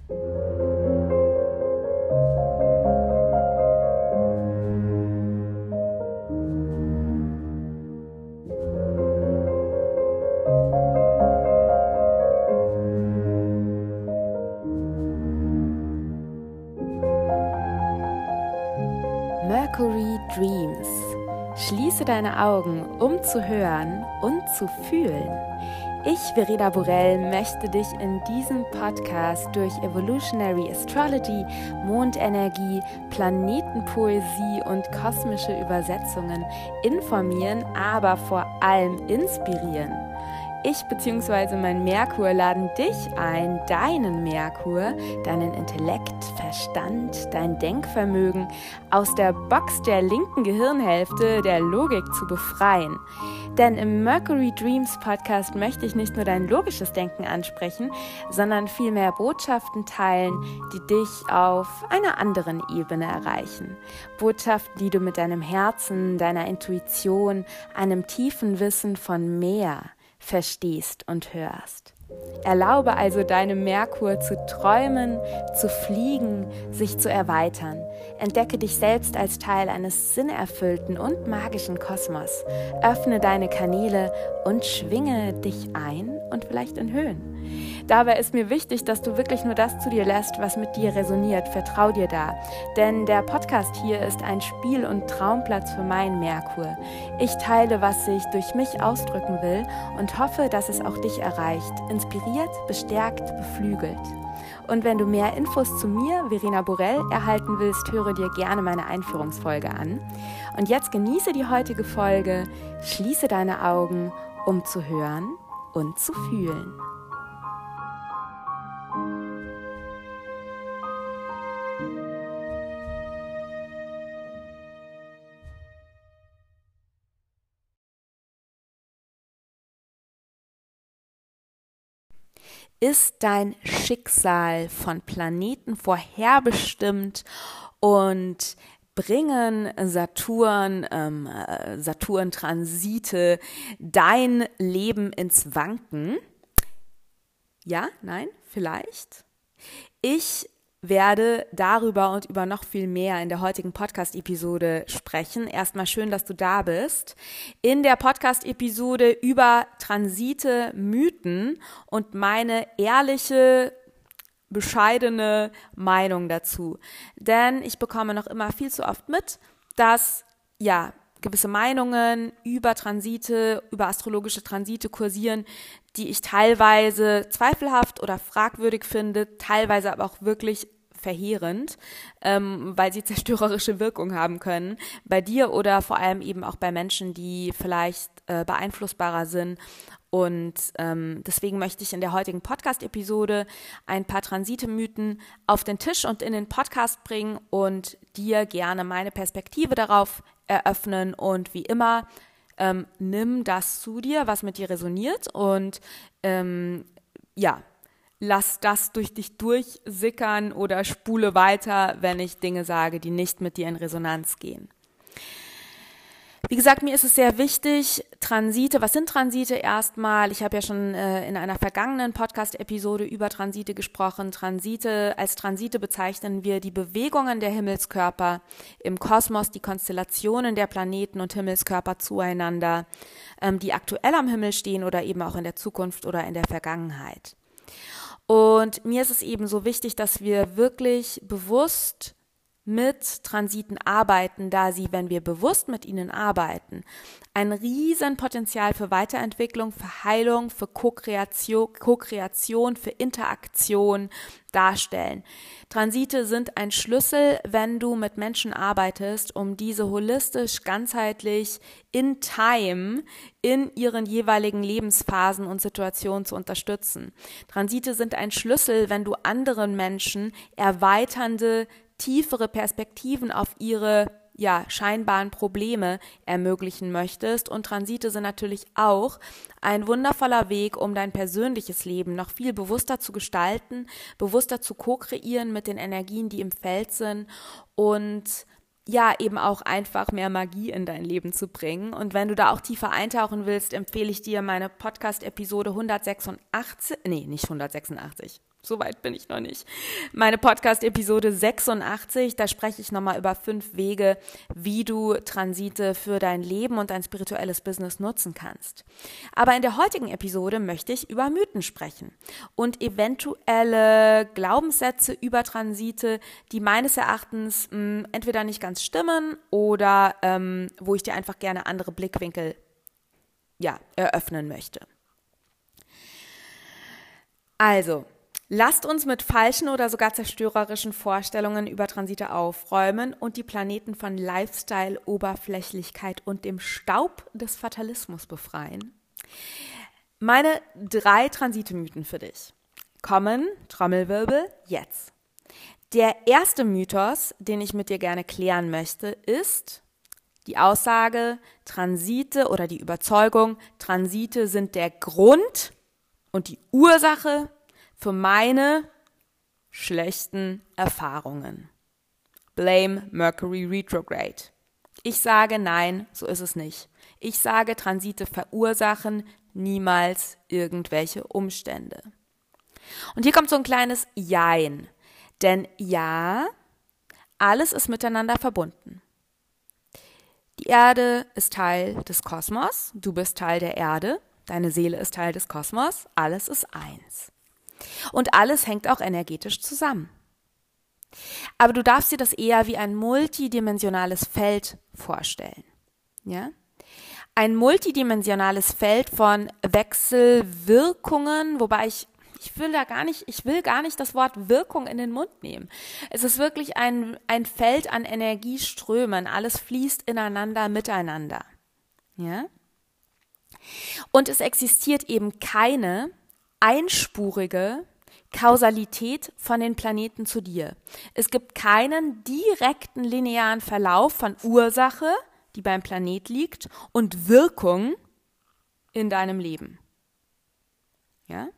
Mercury Dreams. Schließe deine Augen, um zu hören und zu fühlen. Ich, Verena Borell, möchte dich in diesem Podcast durch Evolutionary Astrology, Mondenergie, Planetenpoesie und kosmische Übersetzungen informieren, aber vor allem inspirieren. Ich bzw. mein Merkur laden dich ein, deinen Merkur, deinen Intellekt, Verstand, dein Denkvermögen aus der Box der linken Gehirnhälfte der Logik zu befreien. Denn im Mercury Dreams Podcast möchte ich nicht nur dein logisches Denken ansprechen, sondern vielmehr Botschaften teilen, die dich auf einer anderen Ebene erreichen. Botschaften, die du mit deinem Herzen, deiner Intuition, einem tiefen Wissen von mehr verstehst und hörst. Erlaube also deinem Merkur zu träumen, zu fliegen, sich zu erweitern. Entdecke dich selbst als Teil eines sinnerfüllten und magischen Kosmos. Öffne deine Kanäle und schwinge dich ein und vielleicht in Höhen. Dabei ist mir wichtig, dass du wirklich nur das zu dir lässt, was mit dir resoniert. Vertrau dir da. Denn der Podcast hier ist ein Spiel- und Traumplatz für meinen Merkur. Ich teile, was sich durch mich ausdrücken will und hoffe, dass es auch dich erreicht. Inspiriert, bestärkt, beflügelt. Und wenn du mehr Infos zu mir, Verena Borell, erhalten willst, höre dir gerne meine Einführungsfolge an. Und jetzt genieße die heutige Folge, schließe deine Augen, um zu hören und zu fühlen. Ist dein Schicksal von Planeten vorherbestimmt und bringen Saturn-Transite dein Leben ins Wanken? Ja, nein, vielleicht? Ich werde darüber und über noch viel mehr in der heutigen Podcast-Episode sprechen. Erstmal schön, dass du da bist. In der Podcast-Episode über Transite, Mythen und meine ehrliche, bescheidene Meinung dazu. Denn ich bekomme noch immer viel zu oft mit, dass gewisse Meinungen über Transite, über astrologische Transite kursieren, die ich teilweise zweifelhaft oder fragwürdig finde, teilweise aber auch wirklich verheerend, weil sie zerstörerische Wirkung haben können bei dir oder vor allem eben auch bei Menschen, die vielleicht beeinflussbarer sind. Und deswegen möchte ich in der heutigen Podcast-Episode ein paar Transite-Mythen auf den Tisch und in den Podcast bringen und dir gerne meine Perspektive darauf eröffnen. Und wie immer, nimm das zu dir, was mit dir resoniert und lass das durch dich durchsickern oder spule weiter, wenn ich Dinge sage, die nicht mit dir in Resonanz gehen. Wie gesagt, mir ist es sehr wichtig, Transite, was sind Transite erstmal? Ich habe ja schon in einer vergangenen Podcast-Episode über Transite gesprochen. Als Transite bezeichnen wir die Bewegungen der Himmelskörper im Kosmos, die Konstellationen der Planeten und Himmelskörper zueinander, die aktuell am Himmel stehen oder eben auch in der Zukunft oder in der Vergangenheit. Und mir ist es eben so wichtig, dass wir wirklich bewusst mit Transiten arbeiten, da sie, wenn wir bewusst mit ihnen arbeiten, ein Riesenpotenzial für Weiterentwicklung, für Heilung, für Co-Kreation, für Interaktion darstellen. Transite sind ein Schlüssel, wenn du mit Menschen arbeitest, um diese holistisch, ganzheitlich, in Time, in ihren jeweiligen Lebensphasen und Situationen zu unterstützen. Transite sind ein Schlüssel, wenn du anderen Menschen erweiternde, tiefere Perspektiven auf ihre scheinbaren Probleme ermöglichen möchtest. Und Transite sind natürlich auch ein wundervoller Weg, um dein persönliches Leben noch viel bewusster zu gestalten, bewusster zu co-kreieren mit den Energien, die im Feld sind und ja, eben auch einfach mehr Magie in dein Leben zu bringen. Und wenn du da auch tiefer eintauchen willst, empfehle ich dir meine Podcast-Episode 186, nee, nicht 186, so weit bin ich noch nicht. Meine Podcast-Episode 86, da spreche ich nochmal über 5 Wege, wie du Transite für dein Leben und dein spirituelles Business nutzen kannst. Aber in der heutigen Episode möchte ich über Mythen sprechen und eventuelle Glaubenssätze über Transite, die meines Erachtens entweder nicht ganz stimmen oder wo ich dir einfach gerne andere Blickwinkel eröffnen möchte. Also, lasst uns mit falschen oder sogar zerstörerischen Vorstellungen über Transite aufräumen und die Planeten von Lifestyle, Oberflächlichkeit und dem Staub des Fatalismus befreien. Meine 3 Transite-Mythen für dich kommen, Trommelwirbel, jetzt. Der erste Mythos, den ich mit dir gerne klären möchte, ist die Aussage, Transite oder die Überzeugung, Transite sind der Grund und die Ursache für meine schlechten Erfahrungen. Blame Mercury Retrograde. Ich sage nein, so ist es nicht. Ich sage, Transite verursachen niemals irgendwelche Umstände. Und hier kommt so ein kleines Jein. Denn ja, alles ist miteinander verbunden. Die Erde ist Teil des Kosmos, du bist Teil der Erde, deine Seele ist Teil des Kosmos, alles ist eins. Und alles hängt auch energetisch zusammen. Aber du darfst dir das eher wie ein multidimensionales Feld vorstellen. Ja? Ein multidimensionales Feld von Wechselwirkungen, wobei ich will gar nicht das Wort Wirkung in den Mund nehmen. Es ist wirklich ein Feld an Energieströmen. Alles fließt ineinander, miteinander. Ja? Und es existiert eben keine einspurige Kausalität von den Planeten zu dir. Es gibt keinen direkten linearen Verlauf von Ursache, die beim Planet liegt, und Wirkung in deinem Leben. Ja?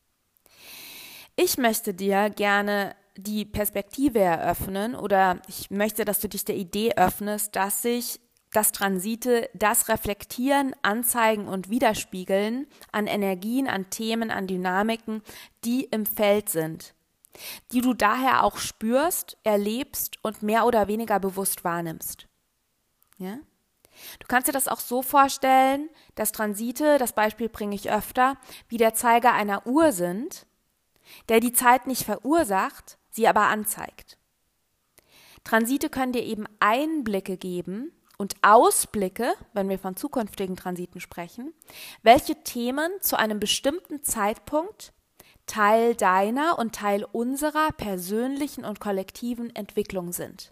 Ich möchte dir gerne die Perspektive eröffnen oder ich möchte, dass du dich der Idee öffnest, dass Transite das reflektieren, anzeigen und widerspiegeln an Energien, an Themen, an Dynamiken, die im Feld sind, die du daher auch spürst, erlebst und mehr oder weniger bewusst wahrnimmst. Ja? Du kannst dir das auch so vorstellen, dass Transite, das Beispiel bringe ich öfter, wie der Zeiger einer Uhr sind, der die Zeit nicht verursacht, sie aber anzeigt. Transite können dir eben Einblicke geben und Ausblicke, wenn wir von zukünftigen Transiten sprechen, welche Themen zu einem bestimmten Zeitpunkt Teil deiner und Teil unserer persönlichen und kollektiven Entwicklung sind.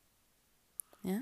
Ja?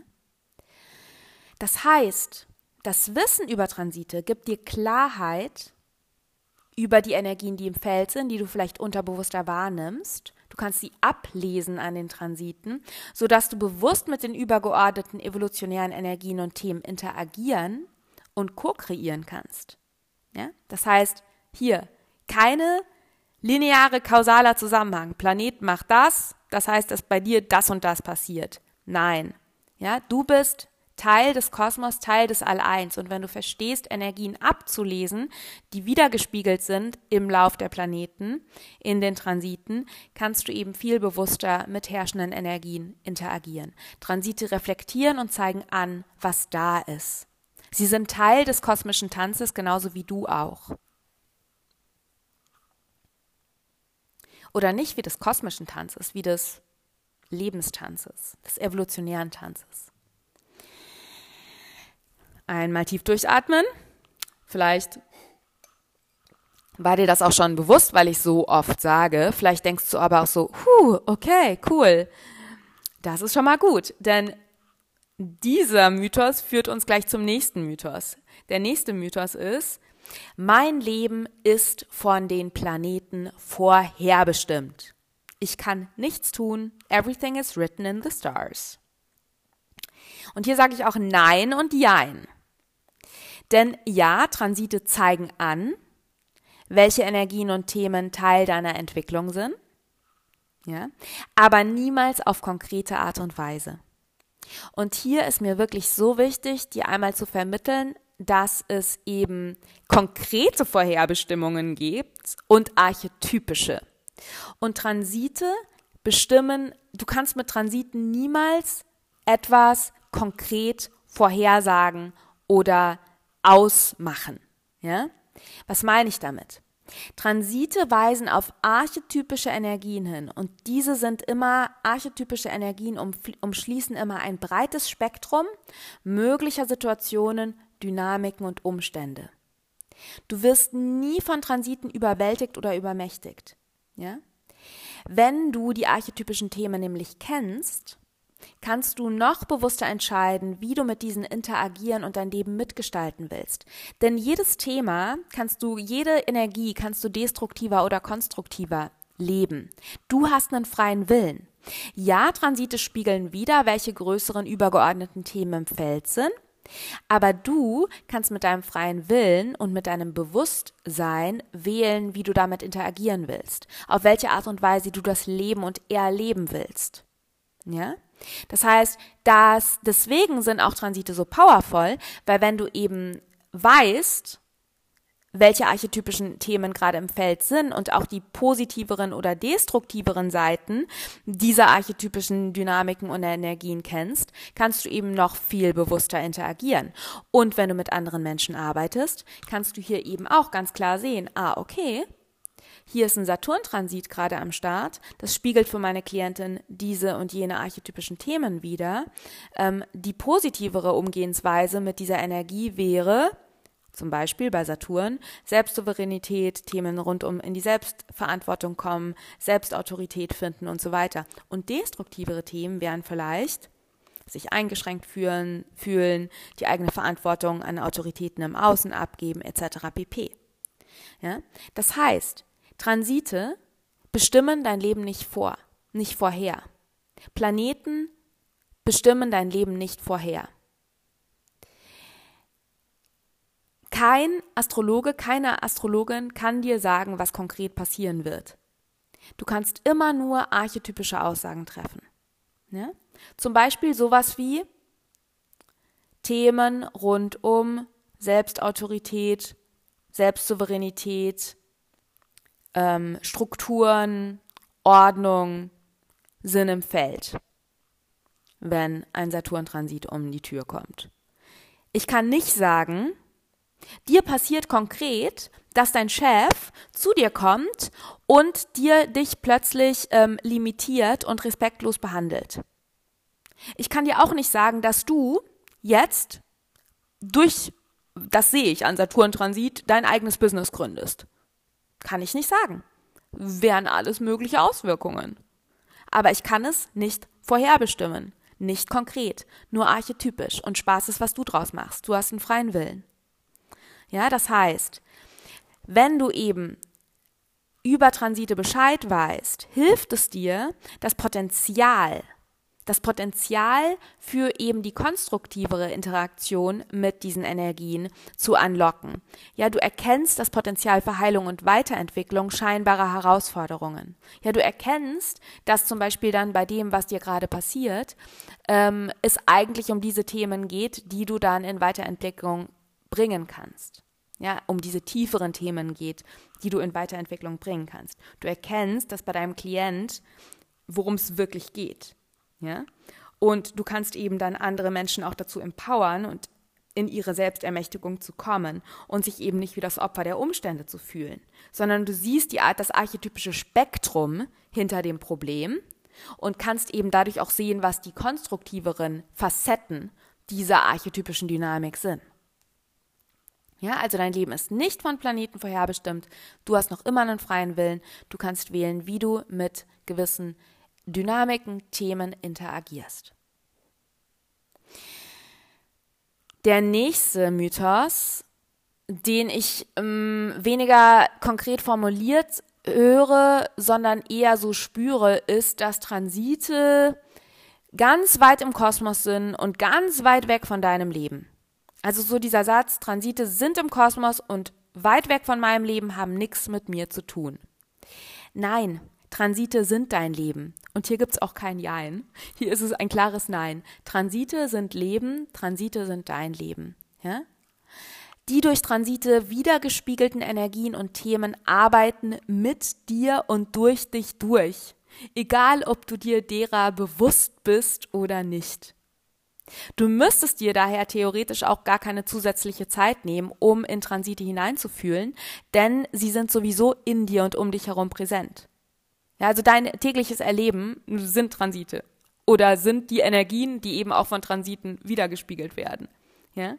Das heißt, das Wissen über Transite gibt dir Klarheit über die Energien, die im Feld sind, die du vielleicht unterbewusster wahrnimmst. Du kannst sie ablesen an den Transiten, sodass du bewusst mit den übergeordneten evolutionären Energien und Themen interagieren und ko-kreieren kannst. Ja? Das heißt, hier keine lineare kausaler Zusammenhang. Planet macht das, das heißt, dass bei dir das und das passiert. Nein, ja, du bist Teil des Kosmos, Teil des All-Eins. Und wenn du verstehst, Energien abzulesen, die wiedergespiegelt sind im Lauf der Planeten, in den Transiten, kannst du eben viel bewusster mit herrschenden Energien interagieren. Transite reflektieren und zeigen an, was da ist. Sie sind Teil des kosmischen Tanzes, genauso wie du auch. Oder nicht wie des kosmischen Tanzes, wie des Lebenstanzes, des evolutionären Tanzes. Einmal tief durchatmen. Vielleicht war dir das auch schon bewusst, weil ich so oft sage. Vielleicht denkst du aber auch so, okay, cool. Das ist schon mal gut, denn dieser Mythos führt uns gleich zum nächsten Mythos. Der nächste Mythos ist, mein Leben ist von den Planeten vorherbestimmt. Ich kann nichts tun. Everything is written in the stars. Und hier sage ich auch Nein und Jein. Denn ja, Transite zeigen an, welche Energien und Themen Teil deiner Entwicklung sind, ja, aber niemals auf konkrete Art und Weise. Und hier ist mir wirklich so wichtig, dir einmal zu vermitteln, dass es eben konkrete Vorherbestimmungen gibt und archetypische. Und Transite bestimmen, du kannst mit Transiten niemals etwas konkret vorhersagen oder ausmachen. Ja? Was meine ich damit? Transite weisen auf archetypische Energien hin und diese sind immer, archetypische Energien umschließen immer ein breites Spektrum möglicher Situationen, Dynamiken und Umstände. Du wirst nie von Transiten überwältigt oder übermächtigt. Ja? Wenn du die archetypischen Themen nämlich kennst, kannst du noch bewusster entscheiden, wie du mit diesen interagieren und dein Leben mitgestalten willst. Denn jedes Thema jede Energie kannst du destruktiver oder konstruktiver leben. Du hast einen freien Willen. Ja, Transite spiegeln wider, welche größeren übergeordneten Themen im Feld sind. Aber du kannst mit deinem freien Willen und mit deinem Bewusstsein wählen, wie du damit interagieren willst. Auf welche Art und Weise du das Leben und erleben willst. Ja? Das heißt, deswegen sind auch Transite so powerful, weil wenn du eben weißt, welche archetypischen Themen gerade im Feld sind und auch die positiveren oder destruktiveren Seiten dieser archetypischen Dynamiken und Energien kennst, kannst du eben noch viel bewusster interagieren. Und wenn du mit anderen Menschen arbeitest, kannst du hier eben auch ganz klar sehen, okay, hier ist ein Saturn-Transit gerade am Start. Das spiegelt für meine Klientin diese und jene archetypischen Themen wider. Die positivere Umgehensweise mit dieser Energie wäre, zum Beispiel bei Saturn, Selbstsouveränität, Themen rund in die Selbstverantwortung kommen, Selbstautorität finden und so weiter. Und destruktivere Themen wären vielleicht sich eingeschränkt fühlen, die eigene Verantwortung an Autoritäten im Außen abgeben, etc. pp. Ja? Das heißt, Transite bestimmen dein Leben nicht vorher. Planeten bestimmen dein Leben nicht vorher. Kein Astrologe, keine Astrologin kann dir sagen, was konkret passieren wird. Du kannst immer nur archetypische Aussagen treffen. Ja? Zum Beispiel sowas wie Themen rund um Selbstautorität, Selbstsouveränität, Strukturen, Ordnung sind im Feld, wenn ein Saturn-Transit um die Tür kommt. Ich kann nicht sagen, dir passiert konkret, dass dein Chef zu dir kommt und dich plötzlich limitiert und respektlos behandelt. Ich kann dir auch nicht sagen, dass du jetzt das sehe ich an Saturn-Transit, dein eigenes Business gründest. Kann ich nicht sagen. Wären alles mögliche Auswirkungen. Aber ich kann es nicht vorherbestimmen. Nicht konkret, nur archetypisch. Und Spaß ist, was du draus machst. Du hast einen freien Willen. Ja, das heißt, wenn du eben über Transite Bescheid weißt, hilft es dir, das Potenzial für eben die konstruktivere Interaktion mit diesen Energien zu unlocken. Ja, du erkennst das Potenzial für Heilung und Weiterentwicklung scheinbarer Herausforderungen. Ja, du erkennst, dass zum Beispiel dann bei dem, was dir gerade passiert, es eigentlich um diese Themen geht, die du dann in Weiterentwicklung bringen kannst. Ja, um diese tieferen Themen geht, die du in Weiterentwicklung bringen kannst. Du erkennst, dass bei deinem Klient, worum es wirklich geht. Ja? Und du kannst eben dann andere Menschen auch dazu empowern und in ihre Selbstermächtigung zu kommen und sich eben nicht wie das Opfer der Umstände zu fühlen, sondern du siehst das archetypische Spektrum hinter dem Problem und kannst eben dadurch auch sehen, was die konstruktiveren Facetten dieser archetypischen Dynamik sind. Ja, also dein Leben ist nicht von Planeten vorherbestimmt, du hast noch immer einen freien Willen, du kannst wählen, wie du mit gewissen Dynamiken, Themen interagierst. Der nächste Mythos, den ich weniger konkret formuliert höre, sondern eher so spüre, ist, dass Transite ganz weit im Kosmos sind und ganz weit weg von deinem Leben. Also so dieser Satz, Transite sind im Kosmos und weit weg von meinem Leben, haben nichts mit mir zu tun. Nein, Transite sind dein Leben Und hier gibt es auch kein Jein. Hier ist es ein klares Nein. Transite sind Leben, Transite sind dein Leben. Ja? Die durch Transite wiedergespiegelten Energien und Themen arbeiten mit dir und durch dich durch. Egal, ob du dir derer bewusst bist oder nicht. Du müsstest dir daher theoretisch auch gar keine zusätzliche Zeit nehmen, um in Transite hineinzufühlen, denn sie sind sowieso in dir und um dich herum präsent. Ja, also dein tägliches Erleben sind Transite oder sind die Energien, die eben auch von Transiten wiedergespiegelt werden. Ja?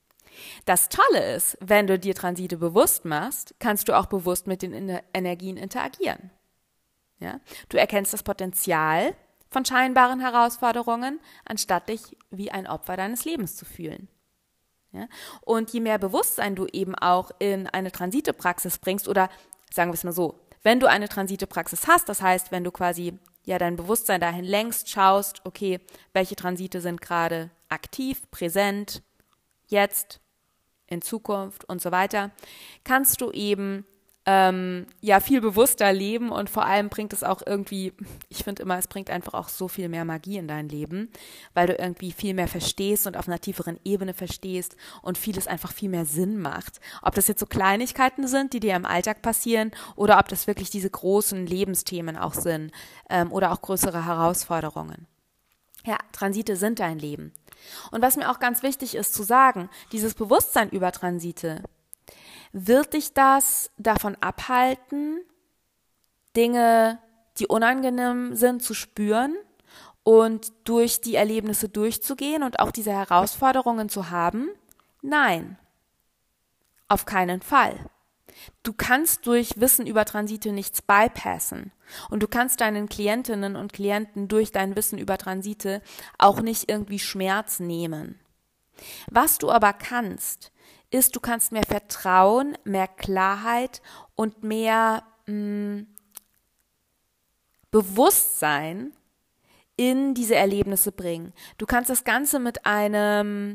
Das Tolle ist, wenn du dir Transite bewusst machst, kannst du auch bewusst mit den Energien interagieren. Ja? Du erkennst das Potenzial von scheinbaren Herausforderungen, anstatt dich wie ein Opfer deines Lebens zu fühlen. Ja? Und je mehr Bewusstsein du eben auch in eine Transite-Praxis bringst, oder sagen wir es mal so, wenn du eine Transite-Praxis hast, das heißt, wenn du quasi dein Bewusstsein dahin lenkst, schaust, okay, welche Transite sind gerade aktiv, präsent, jetzt, in Zukunft und so weiter, kannst du eben viel bewusster leben und vor allem bringt es auch irgendwie, ich finde immer, es bringt einfach auch so viel mehr Magie in dein Leben, weil du irgendwie viel mehr verstehst und auf einer tieferen Ebene verstehst und vieles einfach viel mehr Sinn macht. Ob das jetzt so Kleinigkeiten sind, die dir im Alltag passieren oder ob das wirklich diese großen Lebensthemen auch sind oder auch größere Herausforderungen. Ja, Transite sind dein Leben. Und was mir auch ganz wichtig ist zu sagen, dieses Bewusstsein über Transite, wird dich das davon abhalten, Dinge, die unangenehm sind, zu spüren und durch die Erlebnisse durchzugehen und auch diese Herausforderungen zu haben? Nein, auf keinen Fall. Du kannst durch Wissen über Transite nichts bypassen und du kannst deinen Klientinnen und Klienten durch dein Wissen über Transite auch nicht irgendwie Schmerz nehmen. Was du aber kannst, ist, du kannst mehr Vertrauen, mehr Klarheit und mehr Bewusstsein in diese Erlebnisse bringen. Du kannst das Ganze mit einer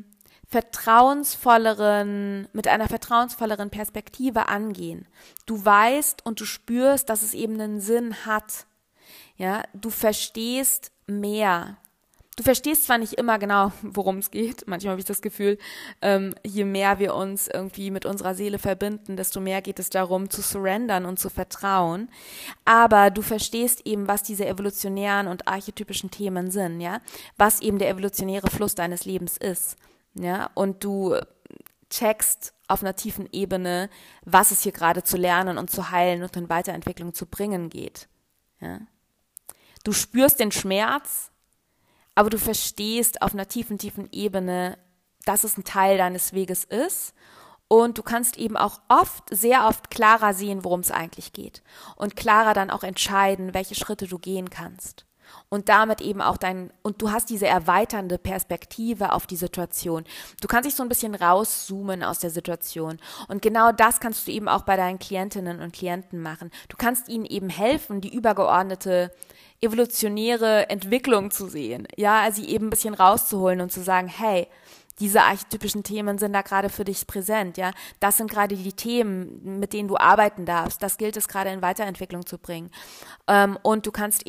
vertrauensvolleren Perspektive angehen. Du weißt und du spürst, dass es eben einen Sinn hat. Ja, du verstehst mehr. Du verstehst zwar nicht immer genau, worum es geht. Manchmal habe ich das Gefühl, je mehr wir uns irgendwie mit unserer Seele verbinden, desto mehr geht es darum, zu surrendern und zu vertrauen. Aber du verstehst eben, was diese evolutionären und archetypischen Themen sind, ja, was eben der evolutionäre Fluss deines Lebens ist, ja, und du checkst auf einer tiefen Ebene, was es hier gerade zu lernen und zu heilen und in Weiterentwicklung zu bringen geht, ja. Du spürst den Schmerz, aber du verstehst auf einer tiefen Ebene, dass es ein Teil deines Weges ist und du kannst eben auch sehr oft klarer sehen, worum es eigentlich geht und klarer dann auch entscheiden, welche Schritte du gehen kannst und damit eben auch und du hast diese erweiternde Perspektive auf die Situation. Du kannst dich so ein bisschen rauszoomen aus der Situation und genau das kannst du eben auch bei deinen Klientinnen und Klienten machen. Du kannst ihnen eben helfen, die übergeordnete evolutionäre Entwicklung zu sehen, ja, sie eben ein bisschen rauszuholen und zu sagen, hey, diese archetypischen Themen sind da gerade für dich präsent, ja, das sind gerade die Themen, mit denen du arbeiten darfst, das gilt es gerade in Weiterentwicklung zu bringen und du weißt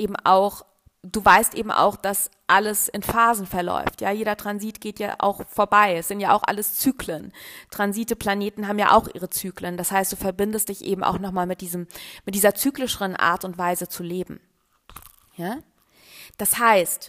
eben auch, dass alles in Phasen verläuft, ja, jeder Transit geht ja auch vorbei, es sind ja auch alles Zyklen, Transite, Planeten haben ja auch ihre Zyklen, das heißt, du verbindest dich eben auch nochmal mit dieser zyklischeren Art und Weise zu leben. Ja? Das heißt,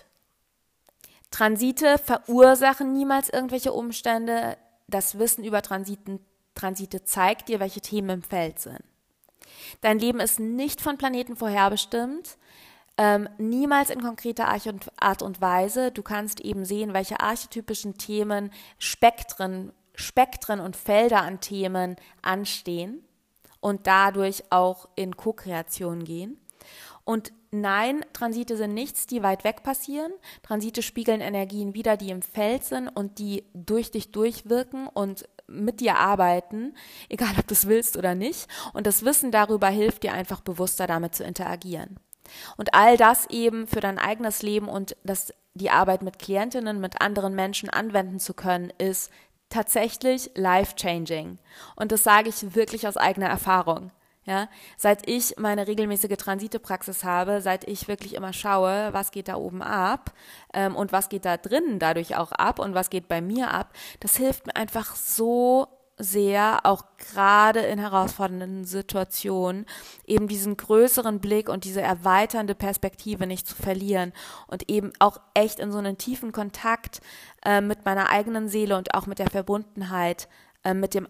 Transite verursachen niemals irgendwelche Umstände. Das Wissen über Transite zeigt dir, welche Themen im Feld sind. Dein Leben ist nicht von Planeten vorherbestimmt, niemals in konkreter Art und Weise. Du kannst eben sehen, welche archetypischen Themen, Spektren und Felder an Themen anstehen und dadurch auch in Co-Kreation gehen. Und nein, Transite sind nichts, die weit weg passieren. Transite spiegeln Energien wider, die im Feld sind und die durch dich durchwirken und mit dir arbeiten, egal ob du es willst oder nicht. Und das Wissen darüber hilft dir einfach bewusster damit zu interagieren. Und all das eben für dein eigenes Leben und die Arbeit mit Klientinnen, mit anderen Menschen anwenden zu können, ist tatsächlich life-changing. Und das sage ich wirklich aus eigener Erfahrung. Ja, seit ich meine regelmäßige Transite-Praxis habe, seit ich wirklich immer schaue, was geht da oben ab und was geht da drinnen dadurch auch ab und was geht bei mir ab, das hilft mir einfach so sehr, auch gerade in herausfordernden Situationen, eben diesen größeren Blick und diese erweiternde Perspektive nicht zu verlieren und eben auch echt in so einen tiefen Kontakt mit meiner eigenen Seele und auch mit der Verbundenheit mit dem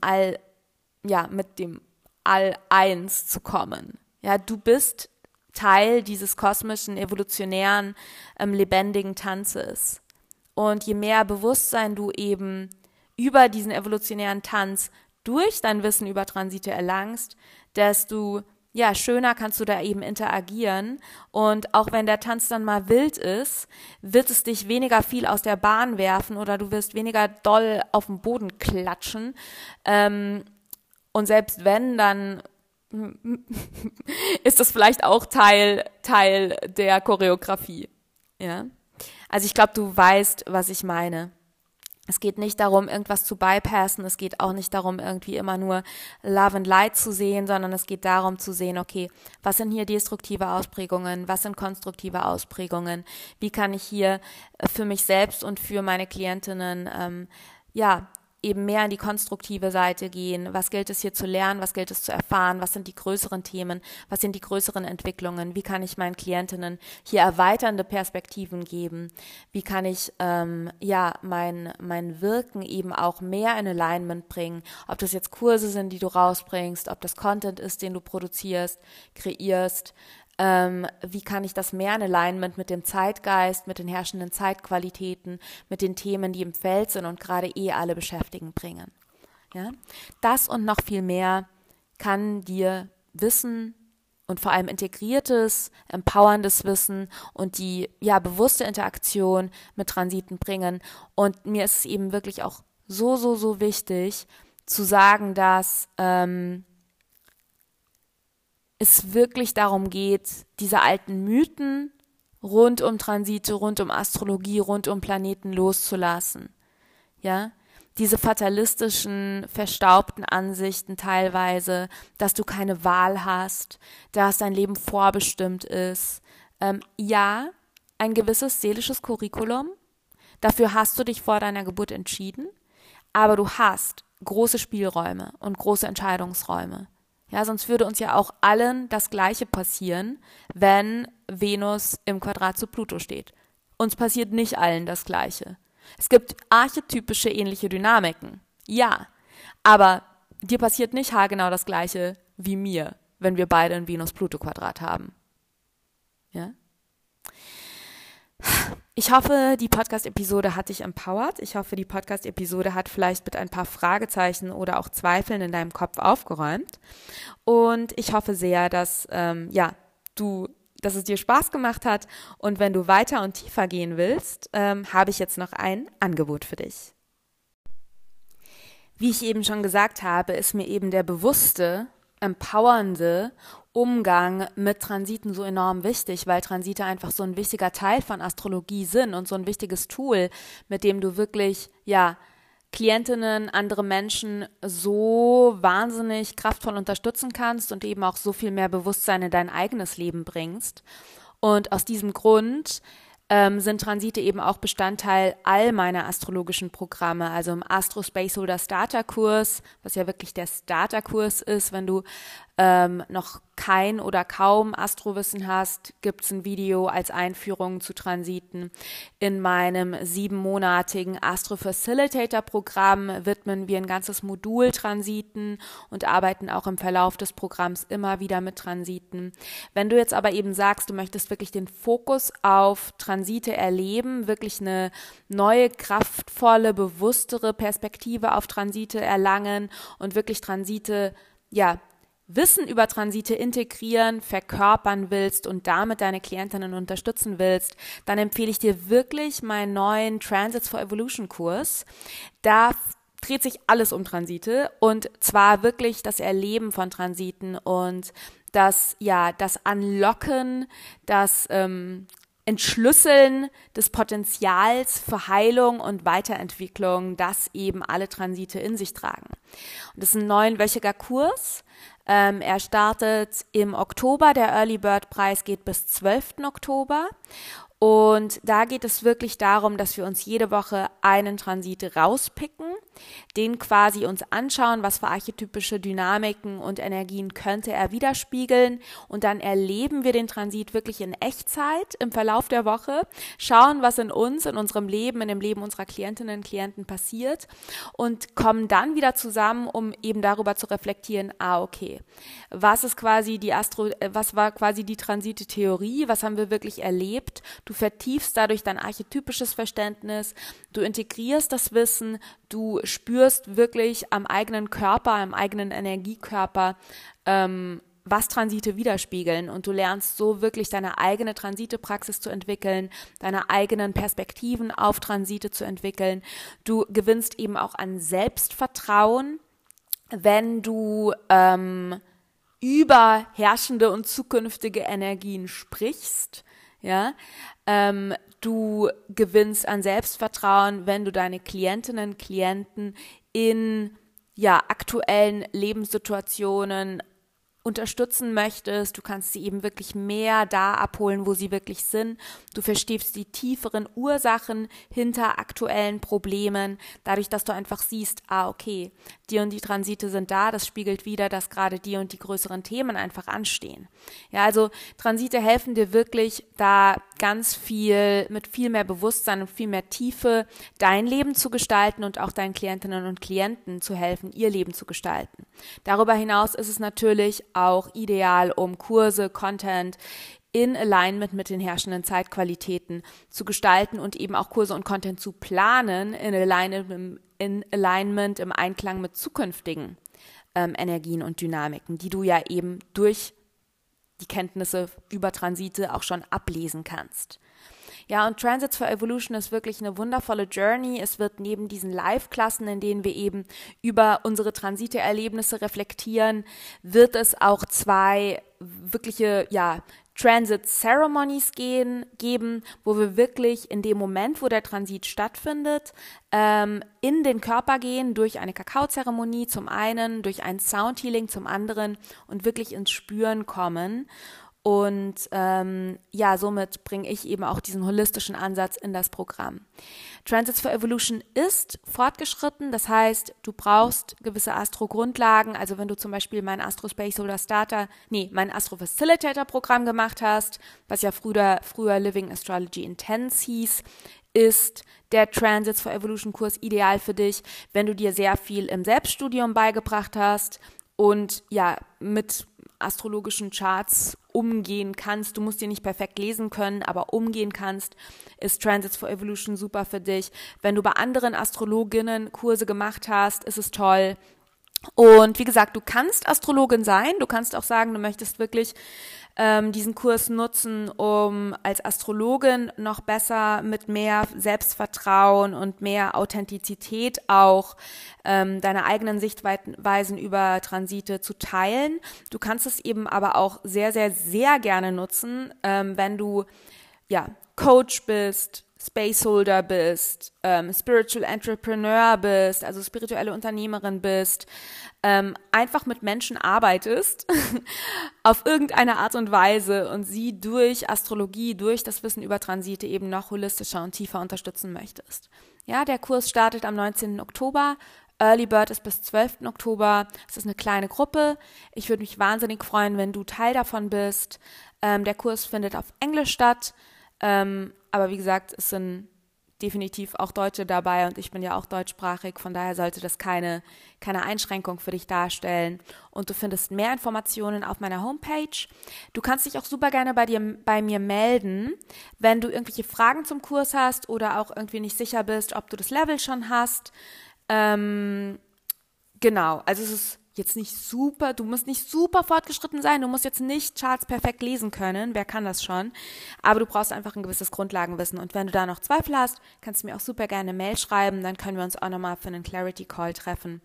All-Eins zu kommen. Ja, du bist Teil dieses kosmischen, evolutionären, lebendigen Tanzes. Und je mehr Bewusstsein du eben über diesen evolutionären Tanz durch dein Wissen über Transite erlangst, desto schöner kannst du da eben interagieren. Und auch wenn der Tanz dann mal wild ist, wird es dich weniger viel aus der Bahn werfen oder du wirst weniger doll auf den Boden klatschen. Und selbst wenn, dann ist das vielleicht auch Teil der Choreografie. Ja? Also ich glaube, du weißt, was ich meine. Es geht nicht darum, irgendwas zu bypassen. Es geht auch nicht darum, irgendwie immer nur Love and Light zu sehen, sondern es geht darum zu sehen, okay, was sind hier destruktive Ausprägungen? Was sind konstruktive Ausprägungen? Wie kann ich hier für mich selbst und für meine Klientinnen, eben mehr in die konstruktive Seite gehen. Was gilt es hier zu lernen? Was gilt es zu erfahren? Was sind die größeren Themen? Was sind die größeren Entwicklungen? Wie kann ich meinen Klientinnen hier erweiternde Perspektiven geben? Wie kann ich mein Wirken eben auch mehr in Alignment bringen? Ob das jetzt Kurse sind, die du rausbringst, ob das Content ist, den du produzierst, kreierst, wie kann ich das mehr in Alignment mit dem Zeitgeist, mit den herrschenden Zeitqualitäten, mit den Themen, die im Feld sind und gerade alle beschäftigen, bringen. Ja? Das und noch viel mehr kann dir Wissen und vor allem integriertes, empowerndes Wissen und die bewusste Interaktion mit Transiten bringen. Und mir ist es eben wirklich auch so wichtig zu sagen, dass es wirklich darum geht, diese alten Mythen rund um Transite, rund um Astrologie, rund um Planeten loszulassen. Ja, diese fatalistischen, verstaubten Ansichten teilweise, dass du keine Wahl hast, dass dein Leben vorbestimmt ist. Ein gewisses seelisches Curriculum, dafür hast du dich vor deiner Geburt entschieden, aber du hast große Spielräume und große Entscheidungsräume. Ja, sonst würde uns ja auch allen das Gleiche passieren, wenn Venus im Quadrat zu Pluto steht. Uns passiert nicht allen das Gleiche. Es gibt archetypische ähnliche Dynamiken, ja, aber dir passiert nicht haargenau das Gleiche wie mir, wenn wir beide ein Venus-Pluto-Quadrat haben. Ja? Ich hoffe, die Podcast-Episode hat dich empowert. Ich hoffe, die Podcast-Episode hat vielleicht mit ein paar Fragezeichen oder auch Zweifeln in deinem Kopf aufgeräumt. Und ich hoffe sehr, dass es dir Spaß gemacht hat. Und wenn du weiter und tiefer gehen willst, habe ich jetzt noch ein Angebot für dich. Wie ich eben schon gesagt habe, ist mir eben der bewusste, empowernde Umgang mit Transiten so enorm wichtig, weil Transite einfach so ein wichtiger Teil von Astrologie sind und so ein wichtiges Tool, mit dem du wirklich, Klientinnen, andere Menschen so wahnsinnig kraftvoll unterstützen kannst und eben auch so viel mehr Bewusstsein in dein eigenes Leben bringst. Und aus diesem Grund sind Transite eben auch Bestandteil all meiner astrologischen Programme, also im Astro Spaceholder Starterkurs, was ja wirklich der Starterkurs ist, wenn du noch kein oder kaum Astrowissen hast, gibt es ein Video als Einführung zu Transiten. In meinem 7-monatigen Astro Facilitator Programm widmen wir ein ganzes Modul Transiten und arbeiten auch im Verlauf des Programms immer wieder mit Transiten. Wenn du jetzt aber eben sagst, du möchtest wirklich den Fokus auf Transite erleben, wirklich eine neue, kraftvolle, bewusstere Perspektive auf Transite erlangen und wirklich Transite, Wissen über Transite integrieren, verkörpern willst und damit deine Klientinnen unterstützen willst, dann empfehle ich dir wirklich meinen neuen Transits for Evolution Kurs. Da dreht sich alles um Transite und zwar wirklich das Erleben von Transiten und das Unlocken, das Entschlüsseln des Potenzials für Heilung und Weiterentwicklung, das eben alle Transite in sich tragen. Und das ist ein 9-wöchiger Kurs. Er startet im Oktober, der Early Bird Preis geht bis 12. Oktober. Und da geht es wirklich darum, dass wir uns jede Woche einen Transit rauspicken, den quasi uns anschauen, was für archetypische Dynamiken und Energien könnte er widerspiegeln. Und dann erleben wir den Transit wirklich in Echtzeit im Verlauf der Woche, schauen, was in uns, in unserem Leben, in dem Leben unserer Klientinnen und Klienten passiert und kommen dann wieder zusammen, um eben darüber zu reflektieren, okay, was war quasi die Transite-Theorie, was haben wir wirklich erlebt? Du vertiefst dadurch dein archetypisches Verständnis, du integrierst das Wissen, du spürst wirklich am eigenen Körper, am eigenen Energiekörper, was Transite widerspiegeln und du lernst so wirklich deine eigene Transite-Praxis zu entwickeln, deine eigenen Perspektiven auf Transite zu entwickeln. Du gewinnst eben auch an Selbstvertrauen, wenn du über herrschende und zukünftige Energien sprichst, ja, du gewinnst an Selbstvertrauen, wenn du deine Klientinnen und Klienten in aktuellen Lebenssituationen unterstützen möchtest, du kannst sie eben wirklich mehr da abholen, wo sie wirklich sind. Du verstehst die tieferen Ursachen hinter aktuellen Problemen, dadurch, dass du einfach siehst, okay, die und die Transite sind da, das spiegelt wider, dass gerade die und die größeren Themen einfach anstehen. Ja, also Transite helfen dir wirklich, da ganz viel, mit viel mehr Bewusstsein und viel mehr Tiefe dein Leben zu gestalten und auch deinen Klientinnen und Klienten zu helfen, ihr Leben zu gestalten. Darüber hinaus ist es natürlich auch ideal, um Kurse, Content in Alignment mit den herrschenden Zeitqualitäten zu gestalten und eben auch Kurse und Content zu planen in Alignment, im Einklang mit zukünftigen Energien und Dynamiken, die du ja eben durch die Kenntnisse über Transite auch schon ablesen kannst. Ja, und Transits for Evolution ist wirklich eine wundervolle Journey. Es wird neben diesen Live-Klassen, in denen wir eben über unsere Transite-Erlebnisse reflektieren, wird es auch 2 wirkliche, Transit-Ceremonies geben, wo wir wirklich in dem Moment, wo der Transit stattfindet, in den Körper gehen, durch eine Kakaozeremonie zum einen, durch ein Soundhealing zum anderen und wirklich ins Spüren kommen. Und somit bringe ich eben auch diesen holistischen Ansatz in das Programm. Transits for Evolution ist fortgeschritten, das heißt, du brauchst gewisse Astro-Grundlagen, also wenn du zum Beispiel mein Astro Facilitator-Programm gemacht hast, was ja früher Living Astrology Intense hieß, ist der Transits for Evolution Kurs ideal für dich, wenn du dir sehr viel im Selbststudium beigebracht hast und mit astrologischen Charts umgehen kannst. Du musst die nicht perfekt lesen können, aber umgehen kannst, ist Transits for Evolution super für dich. Wenn du bei anderen Astrologinnen Kurse gemacht hast, ist es toll. Und wie gesagt, du kannst Astrologin sein, du kannst auch sagen, du möchtest wirklich diesen Kurs nutzen, um als Astrologin noch besser mit mehr Selbstvertrauen und mehr Authentizität auch deine eigenen Sichtweisen über Transite zu teilen. Du kannst es eben aber auch sehr, sehr, sehr gerne nutzen, wenn du Coach bist, Spaceholder bist, Spiritual Entrepreneur bist, also spirituelle Unternehmerin bist, einfach mit Menschen arbeitest auf irgendeine Art und Weise und sie durch Astrologie, durch das Wissen über Transite eben noch holistischer und tiefer unterstützen möchtest. Ja, der Kurs startet am 19. Oktober. Early Bird ist bis 12. Oktober. Es ist eine kleine Gruppe. Ich würde mich wahnsinnig freuen, wenn du Teil davon bist. Der Kurs findet auf Englisch statt. Aber wie gesagt, es sind definitiv auch Deutsche dabei und ich bin ja auch deutschsprachig, von daher sollte das keine Einschränkung für dich darstellen. Und du findest mehr Informationen auf meiner Homepage. Du kannst dich auch super gerne bei mir melden, wenn du irgendwelche Fragen zum Kurs hast oder auch irgendwie nicht sicher bist, ob du das Level schon hast. Genau, also es ist jetzt nicht super, du musst nicht super fortgeschritten sein, du musst jetzt nicht Charts perfekt lesen können, wer kann das schon, aber du brauchst einfach ein gewisses Grundlagenwissen und wenn du da noch Zweifel hast, kannst du mir auch super gerne eine Mail schreiben, dann können wir uns auch nochmal für einen Clarity Call treffen,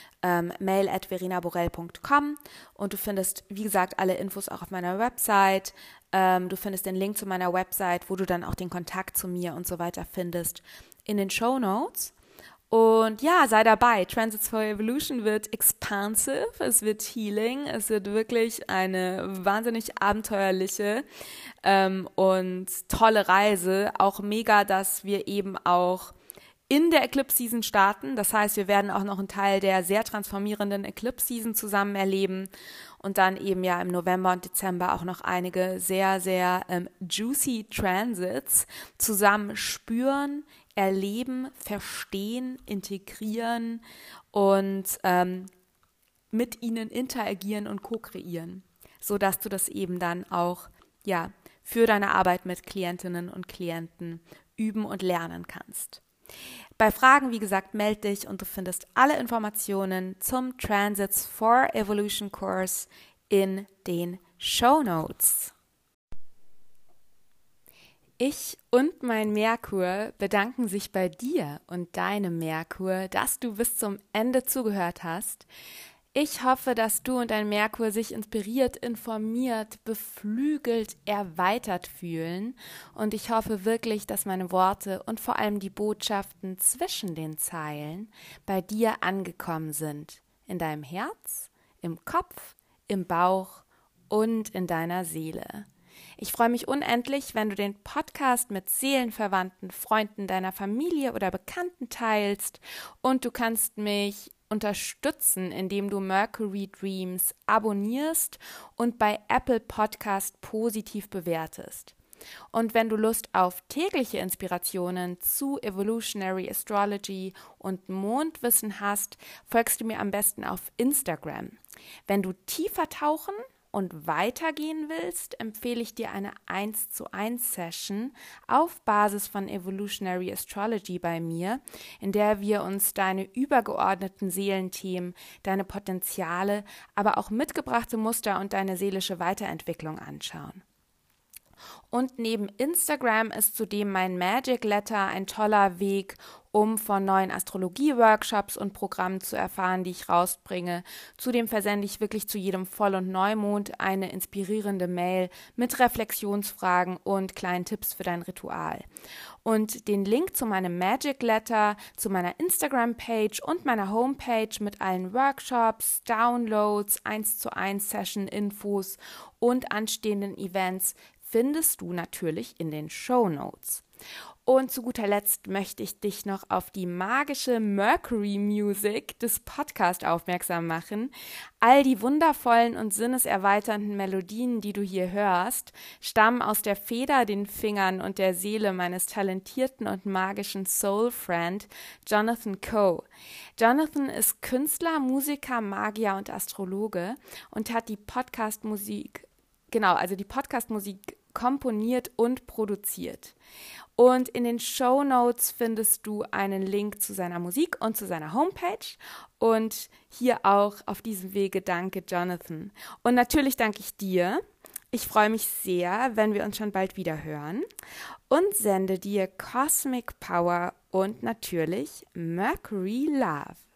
mail@verinaborell.com und du findest, wie gesagt, alle Infos auch auf meiner Website, du findest den Link zu meiner Website, wo du dann auch den Kontakt zu mir und so weiter findest in den Shownotes. Und ja, sei dabei. Transits for Evolution wird expansive, es wird healing, es wird wirklich eine wahnsinnig abenteuerliche und tolle Reise. Auch mega, dass wir eben auch in der Eclipse Season starten. Das heißt, wir werden auch noch einen Teil der sehr transformierenden Eclipse Season zusammen erleben und dann eben ja im November und Dezember auch noch einige sehr, sehr juicy Transits zusammen spüren, erleben, verstehen, integrieren und mit ihnen interagieren und co-kreieren, sodass du das eben dann auch ja für deine Arbeit mit Klientinnen und Klienten üben und lernen kannst. Bei Fragen, wie gesagt, melde dich und du findest alle Informationen zum Transits for Evolution Course in den Shownotes. Ich und mein Merkur bedanken sich bei dir und deinem Merkur, dass du bis zum Ende zugehört hast. Ich hoffe, dass du und dein Merkur sich inspiriert, informiert, beflügelt, erweitert fühlen. Und ich hoffe wirklich, dass meine Worte und vor allem die Botschaften zwischen den Zeilen bei dir angekommen sind. In deinem Herz, im Kopf, im Bauch und in deiner Seele. Ich freue mich unendlich, wenn du den Podcast mit seelenverwandten Freunden deiner Familie oder Bekannten teilst und du kannst mich unterstützen, indem du Mercury Dreams abonnierst und bei Apple Podcast positiv bewertest. Und wenn du Lust auf tägliche Inspirationen zu Evolutionary Astrology und Mondwissen hast, folgst du mir am besten auf Instagram. Wenn du tiefer tauchen und weitergehen willst, empfehle ich dir eine 1:1 Session auf Basis von Evolutionary Astrology bei mir, in der wir uns deine übergeordneten Seelenthemen, deine Potenziale, aber auch mitgebrachte Muster und deine seelische Weiterentwicklung anschauen. Und neben Instagram ist zudem mein Magic Letter ein toller Weg, um von neuen Astrologie-Workshops und Programmen zu erfahren, die ich rausbringe. Zudem versende ich wirklich zu jedem Voll- und Neumond eine inspirierende Mail mit Reflexionsfragen und kleinen Tipps für dein Ritual. Und den Link zu meinem Magic Letter, zu meiner Instagram-Page und meiner Homepage mit allen Workshops, Downloads, 1:1 Session-Infos und anstehenden Events findest du natürlich in den Shownotes. Und zu guter Letzt möchte ich dich noch auf die magische Mercury Music des Podcasts aufmerksam machen. All die wundervollen und sinneserweiternden Melodien, die du hier hörst, stammen aus der Feder, den Fingern und der Seele meines talentierten und magischen Soul-Friend Jonathan Coe. Jonathan ist Künstler, Musiker, Magier und Astrologe und hat die Podcast-Musik komponiert und produziert. Und in den Shownotes findest du einen Link zu seiner Musik und zu seiner Homepage. Und hier auch auf diesem Wege danke Jonathan. Und natürlich danke ich dir. Ich freue mich sehr, wenn wir uns schon bald wieder hören. Und sende dir Cosmic Power und natürlich Mercury Love.